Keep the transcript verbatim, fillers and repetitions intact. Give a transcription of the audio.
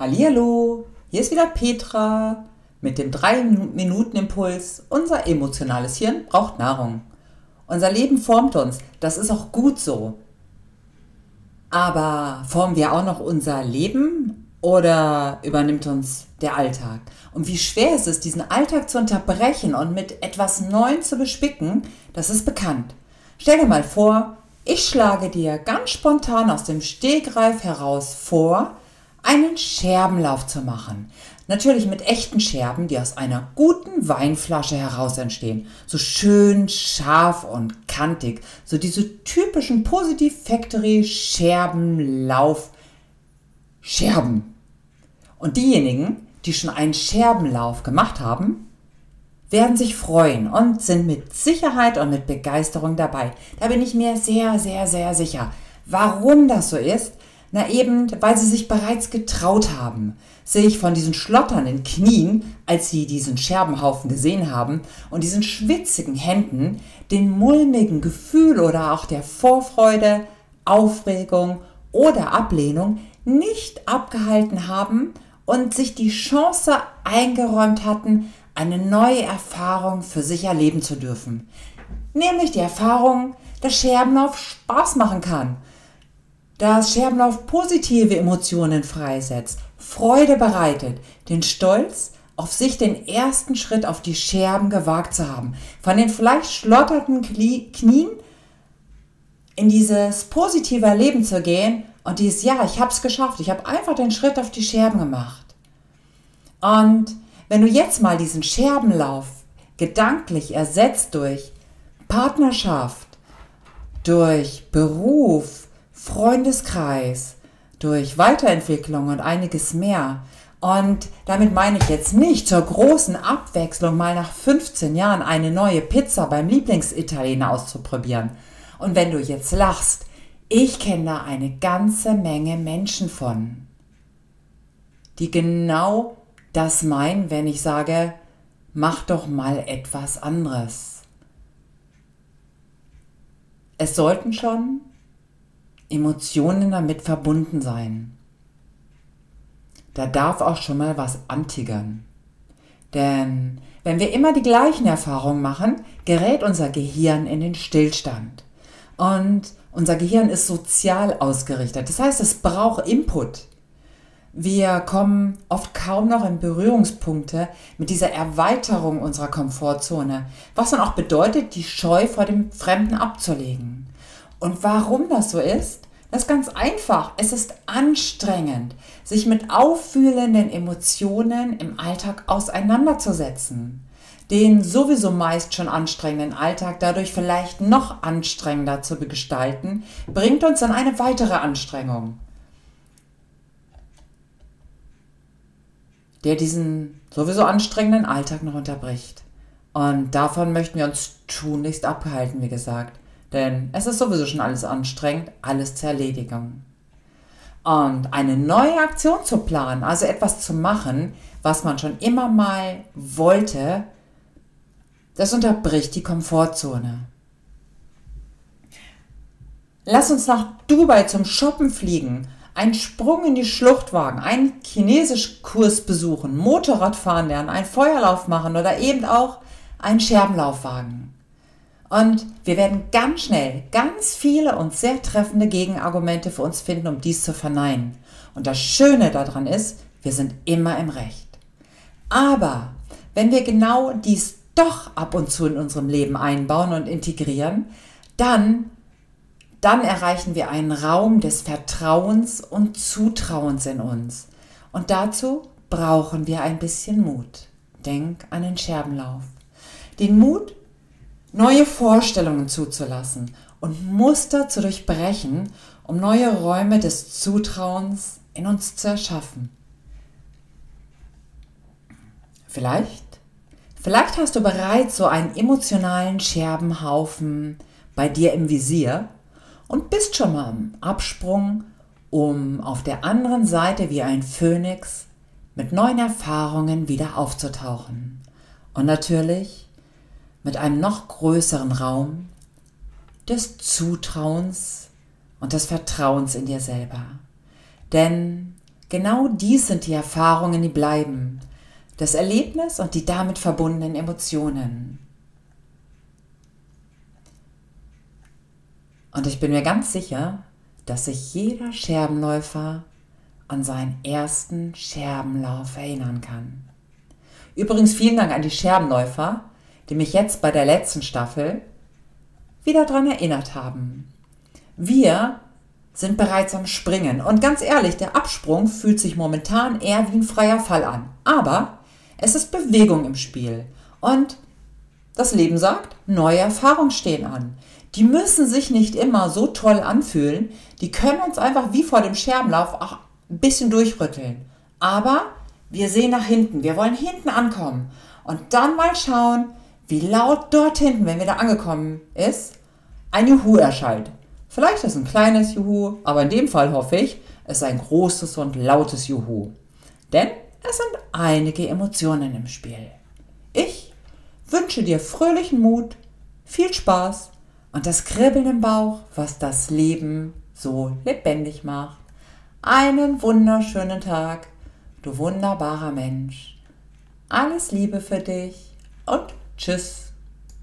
Hallihallo, hier ist wieder Petra mit dem drei Minuten Impuls. Unser emotionales Hirn braucht Nahrung. Unser Leben formt uns, das ist auch gut so. Aber formen wir auch noch unser Leben oder übernimmt uns der Alltag? Und wie schwer ist es, diesen Alltag zu unterbrechen und mit etwas Neuem zu bespicken, das ist bekannt. Stell dir mal vor, ich schlage dir ganz spontan aus dem Stegreif heraus vor, einen Scherbenlauf zu machen. Natürlich mit echten Scherben, die aus einer guten Weinflasche heraus entstehen. So schön scharf und kantig. So diese typischen Positive Factory Scherbenlauf Scherben. Und diejenigen, die schon einen Scherbenlauf gemacht haben, werden sich freuen und sind mit Sicherheit und mit Begeisterung dabei. Da bin ich mir sehr, sehr, sehr sicher. Warum das so ist? Na eben, weil sie sich bereits getraut haben, sich von diesen schlotternden Knien, als sie diesen Scherbenhaufen gesehen haben, und diesen schwitzigen Händen, den mulmigen Gefühl oder auch der Vorfreude, Aufregung oder Ablehnung nicht abgehalten haben und sich die Chance eingeräumt hatten, eine neue Erfahrung für sich erleben zu dürfen. Nämlich die Erfahrung, dass Scherbenlauf Spaß machen kann. Dass Scherbenlauf positive Emotionen freisetzt, Freude bereitet, den Stolz auf sich den ersten Schritt auf die Scherben gewagt zu haben, von den vielleicht schlotternden Knien in dieses positive Erleben zu gehen und dieses, ja, ich habe es geschafft, ich habe einfach den Schritt auf die Scherben gemacht. Und wenn du jetzt mal diesen Scherbenlauf gedanklich ersetzt durch Partnerschaft, durch Beruf, Freundeskreis, durch Weiterentwicklung und einiges mehr. Und damit meine ich jetzt nicht zur großen Abwechslung mal nach fünfzehn Jahren eine neue Pizza beim Lieblingsitaliener auszuprobieren. Und wenn du jetzt lachst, ich kenne da eine ganze Menge Menschen von, die genau das meinen, wenn ich sage, mach doch mal etwas anderes. Es sollten schon Emotionen damit verbunden sein. Da darf auch schon mal was antigern. Denn wenn wir immer die gleichen Erfahrungen machen, gerät unser Gehirn in den Stillstand. Und unser Gehirn ist sozial ausgerichtet. Das heißt, es braucht Input. Wir kommen oft kaum noch in Berührungspunkte mit dieser Erweiterung unserer Komfortzone, was dann auch bedeutet, die Scheu vor dem Fremden abzulegen. Und warum das so ist? Das ist ganz einfach. Es ist anstrengend, sich mit aufwühlenden Emotionen im Alltag auseinanderzusetzen. Den sowieso meist schon anstrengenden Alltag dadurch vielleicht noch anstrengender zu gestalten, bringt uns in eine weitere Anstrengung, der diesen sowieso anstrengenden Alltag noch unterbricht. Und davon möchten wir uns tunlichst abhalten, wie gesagt. Denn es ist sowieso schon alles anstrengend, alles zur Erledigung. Und eine neue Aktion zu planen, also etwas zu machen, was man schon immer mal wollte, das unterbricht die Komfortzone. Lass uns nach Dubai zum Shoppen fliegen, einen Sprung in die Schlucht wagen, einen Chinesischkurs besuchen, Motorradfahren lernen, einen Feuerlauf machen oder eben auch einen Scherbenlauf wagen. Und wir werden ganz schnell ganz viele und sehr treffende Gegenargumente für uns finden, um dies zu verneinen. Und das Schöne daran ist, wir sind immer im Recht. Aber wenn wir genau dies doch ab und zu in unserem Leben einbauen und integrieren, dann, dann erreichen wir einen Raum des Vertrauens und Zutrauens in uns. Und dazu brauchen wir ein bisschen Mut. Denk an den Scherbenlauf. Den Mut, neue Vorstellungen zuzulassen und Muster zu durchbrechen, um neue Räume des Zutrauens in uns zu erschaffen. Vielleicht, vielleicht hast du bereits so einen emotionalen Scherbenhaufen bei dir im Visier und bist schon mal im Absprung, um auf der anderen Seite wie ein Phönix mit neuen Erfahrungen wieder aufzutauchen. Und natürlich mit einem noch größeren Raum des Zutrauens und des Vertrauens in dir selber. Denn Genau dies sind die Erfahrungen, die bleiben. Das Erlebnis und die damit verbundenen Emotionen. Und ich bin mir ganz sicher, dass sich jeder Scherbenläufer an seinen ersten Scherbenlauf erinnern kann. Übrigens vielen Dank an die Scherbenläufer, die mich jetzt bei der letzten Staffel wieder daran erinnert haben. Wir sind bereits am Springen und ganz ehrlich, der Absprung fühlt sich momentan eher wie ein freier Fall an. Aber es ist Bewegung im Spiel und das Leben sagt, neue Erfahrungen stehen an. Die müssen sich nicht immer so toll anfühlen, die können uns einfach wie vor dem Scherbenlauf auch ein bisschen durchrütteln. Aber wir sehen nach hinten, wir wollen hinten ankommen und dann mal schauen, wie laut dort hinten, wenn wir da angekommen ist, ein Juhu erschallt. Vielleicht ist es ein kleines Juhu, aber in dem Fall hoffe ich, es ist ein großes und lautes Juhu. Denn es sind einige Emotionen im Spiel. Ich wünsche dir fröhlichen Mut, viel Spaß und das Kribbeln im Bauch, was das Leben so lebendig macht. Einen wunderschönen Tag, du wunderbarer Mensch. Alles Liebe für dich und tschüss.